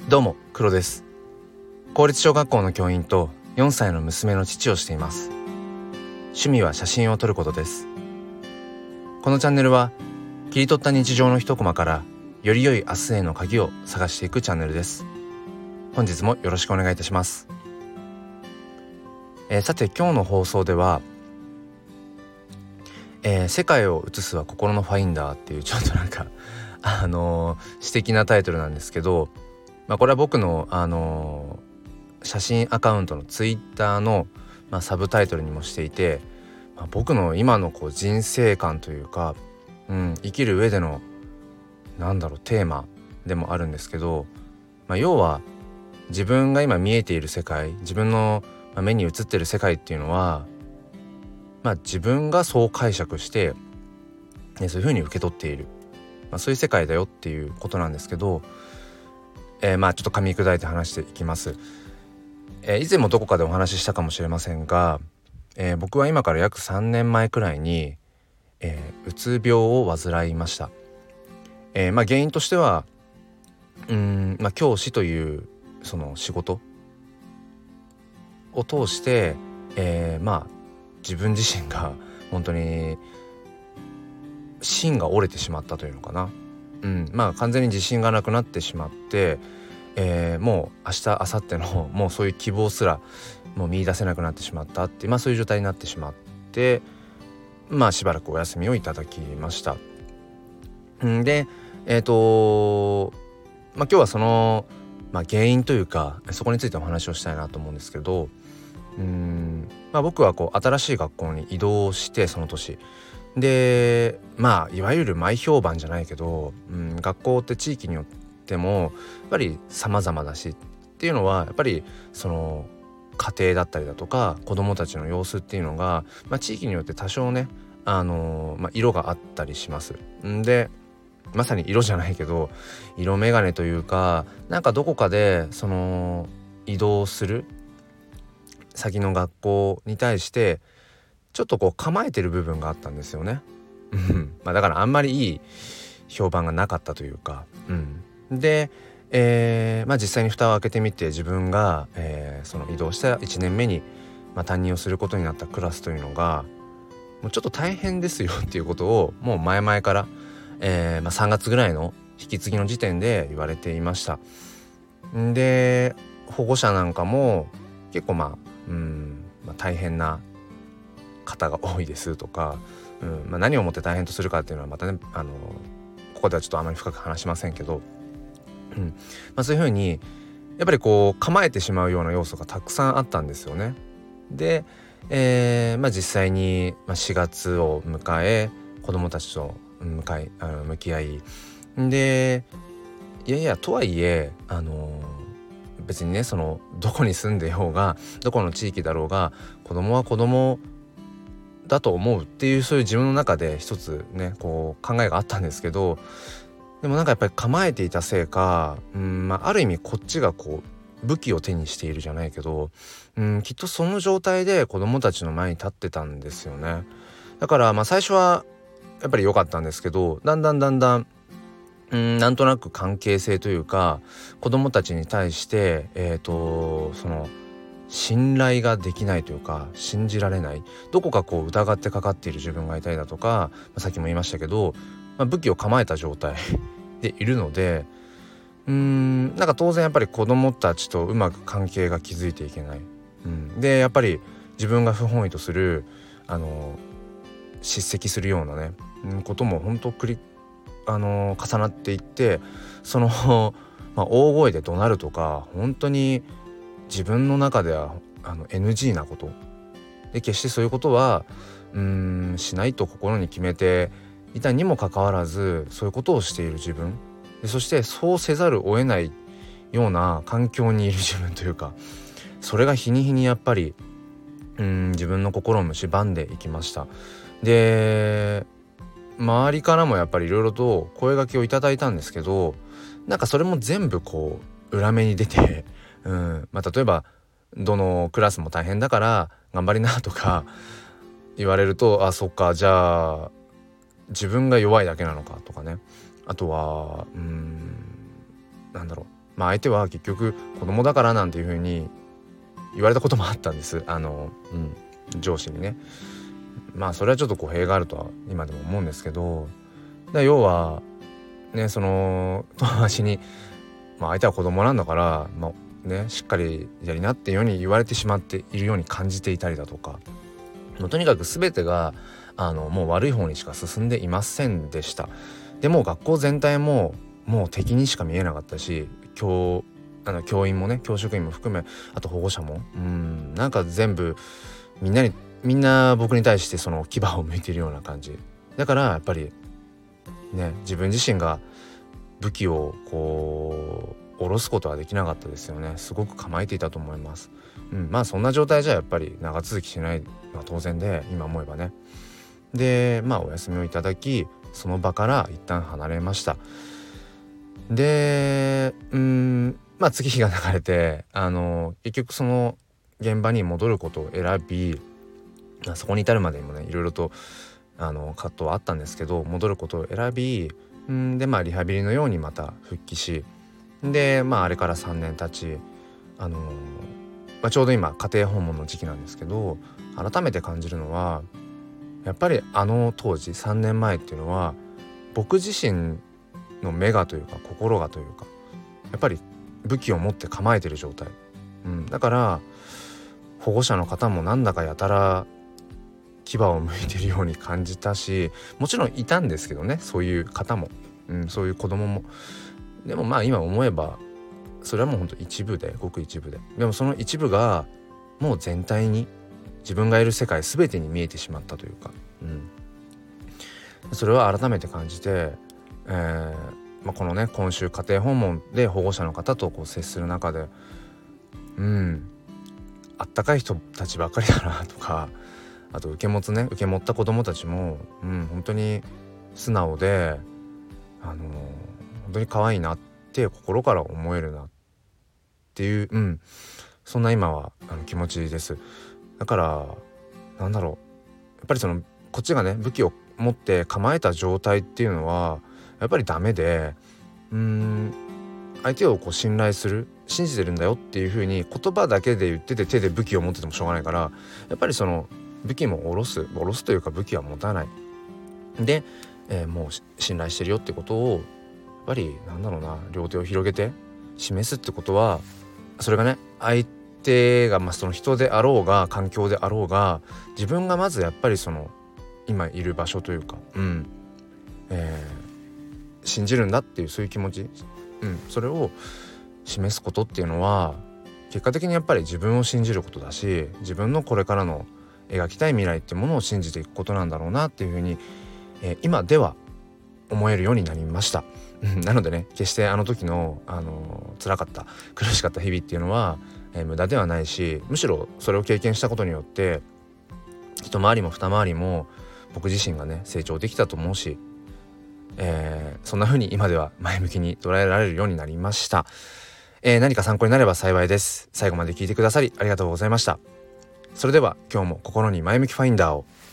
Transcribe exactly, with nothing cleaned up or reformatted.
どうも黒です。公立小学校の教員とよんさいの娘の父をしています。趣味は写真を撮ることです。このチャンネルは切り取った日常の一コマからより良い明日への鍵を探していくチャンネルです。本日もよろしくお願いいたします。えー、さて今日の放送では、えー、世界を映すは心のファインダーっていうちょっとなんかあのー、詩的なタイトルなんですけど、まあ、これは僕の、あのー、写真アカウントのツイッターの、まあ、サブタイトルにもしていて、まあ、僕の今のこう人生観というか、うん、生きる上でのなんだろうテーマでもあるんですけど、まあ、要は自分が今見えている世界、自分の目に映っている世界っていうのは、まあ、自分がそう解釈して、ね、そういうふうに受け取っている、まあ、そういう世界だよっていうことなんですけど、えー、まあちょっと噛み砕いて話していきます。えー、以前もどこかでお話ししたかもしれませんが、えー、僕は今から約さんねんまえくらいに、えー、うつ病を患いました。えー、まあ原因としてはうーん、まあ、教師というその仕事を通して、えー、まあ自分自身が本当に芯が折れてしまったというのかな、うん、まあ完全に自信がなくなってしまって、えー、もう明日明後日のもうそういう希望すらもう見出せなくなってしまったって、まあ、そういう状態になってしまって、まあしばらくお休みをいただきました。んでえっ、ー、とまあ今日はその、まあ、原因というかそこについてお話をしたいなと思うんですけど、うーん、まあ、僕はこう新しい学校に移動してその年で、まあいわゆる前評判じゃないけど、うん、学校って地域によってもやっぱり様々だしっていうのはやっぱりその家庭だったりだとか子どもたちの様子っていうのが、まあ、地域によって多少ね、あのーまあ、色があったりします。んでまさに色じゃないけど色眼鏡というか、なんかどこかでその移動する先の学校に対してちょっとこう構えてる部分があったんですよね。まあだからあんまりいい評判がなかったというか、うん、で、えーまあ、実際に蓋を開けてみて自分が、えーその移動したいちねんめに、まあ、担任をすることになったクラスというのがもうちょっと大変ですよっていうことをもう前々から、えーまあ、さんがつぐらいの引き継ぎの時点で言われていました。んで保護者なんかも結構まあ、うんまあ、大変な方が多いですとか、うんまあ、何をもって大変とするかっていうのはまたね、あのここではちょっとあまり深く話しませんけど、うんまあ、そういうふうにやっぱりこう構えてしまうような要素がたくさんあったんですよね。で、えーまあ、実際にしがつを迎え子どもたちと向かいあの向き合いで、いやいやとはいえ、あのー、別にねそのどこに住んでようがどこの地域だろうが子供は子供だと思うっていうそういう自分の中で一つねこう考えがあったんですけど、でもなんかやっぱり構えていたせいか、うん、まあ、ある意味こっちがこう武器を手にしているじゃないけど、うん、きっとその状態で子供たちの前に立ってたんですよね。だからまあ最初はやっぱり良かったんですけど、だんだんだんだんうんなんとなく関係性というか子供たちに対してえっとその信頼ができないというか信じられない、どこかこう疑ってかかっている自分がいたりだとか、まあ、さっきも言いましたけど、まあ、武器を構えた状態でいるので、うーんなんか当然やっぱり子供たちとうまく関係が築いていけない、うん、でやっぱり自分が不本意とするあの叱責するようなね、うん、ことも本当繰りあの重なっていって、そのまあ、大声で怒鳴るとか本当に自分の中ではあの エヌジー なことで、決してそういうことはうーんしないと心に決めていたにもかかわらずそういうことをしている自分で、そしてそうせざるを得ないような環境にいる自分というか、それが日に日にやっぱりうーん自分の心を蝕んでいきました。で周りからもやっぱりいろいろと声掛けをいただいたんですけど、なんかそれも全部こう裏目に出て、うんまあ、例えばどのクラスも大変だから頑張りなとか言われると、あそっかじゃあ自分が弱いだけなのかとかね、あとはうーんなんだろまあ相手は結局子供だからなんていう風に言われたこともあったんです。あの、うん、上司にね。まあそれはちょっと語弊があるとは今でも思うんですけど、だ要はね、その友達に、まあ、相手は子供なんだから、まあね、しっかりやりなっていうように言われてしまっているように感じていたりだとか、もうとにかく全てがあのもう悪い方にしか進んでいませんでした。でも学校全体ももう敵にしか見えなかったし、教あの教員もね、教職員も含め、あと保護者も、うんなんか全部みんなにみんな僕に対してその牙を向いているような感じだから、やっぱりね、自分自身が武器をこう下ろすことはできなかったですよね。すごく構えていたと思います。うん、まあそんな状態じゃやっぱり長続きしないのは当然で、今思えばね。でまあお休みをいただき、その場から一旦離れました。でうーんまあ月日が流れて、あの結局その現場に戻ることを選び、そこに至るまでにもねいろいろとあの葛藤はあったんですけど、戻ることを選び、んでまあリハビリのようにまた復帰し、でまああれからさんねん経ち、あの、まあ、ちょうど今家庭訪問の時期なんですけど、改めて感じるのはやっぱりあの当時さんねんまえっていうのは、僕自身の目がというか心がというか、やっぱり武器を持って構えてる状態、うん、だから保護者の方もなんだかやたら牙を向いてるように感じたし、もちろんいたんですけどね、そういう方も、うん、そういう子供も。でもまあ今思えばそれはもうほんと一部で、ごく一部で、でもその一部がもう全体に、自分がいる世界全てに見えてしまったというか、うん、それは改めて感じて、えーまあ、このね今週家庭訪問で保護者の方とこう接する中で、うんあったかい人たちばっかりだなとか、あと受け持つね受け持った子どもたちも、うん、本当に素直で、あのー、本当に可愛いなって心から思えるなっていう、うん、そんな今はあの気持ちです。だからなんだろう、やっぱりそのこっちがね武器を持って構えた状態っていうのはやっぱりダメで、うーん相手をこう信頼する、信じてるんだよっていう風に言葉だけで言ってて、手で武器を持っててもしょうがないから、やっぱりその武器も下ろす下ろすというか武器は持たないで、えー、もう信頼してるよってことをやっぱりなんだろうな、両手を広げて示すってことは、それがね相手がまあその人であろうが環境であろうが、自分がまずやっぱりその今いる場所というか、うん、えー、信じるんだっていうそういう気持ち、うん、それを示すことっていうのは結果的にやっぱり自分を信じることだし、自分のこれからの描きたい未来っていうものを信じていくことなんだろうなっていうふうに、えー、今では思えるようになりました。なのでね、決してあの時の、あのー、辛かった苦しかった日々っていうのは、えー、無駄ではないし、むしろそれを経験したことによって一回りも二回りも僕自身がね成長できたと思うし、えー、そんな風に今では前向きに捉えられるようになりました。えー、何か参考になれば幸いです。最後まで聞いてくださりありがとうございました。それでは今日も心に前向きファインダーを。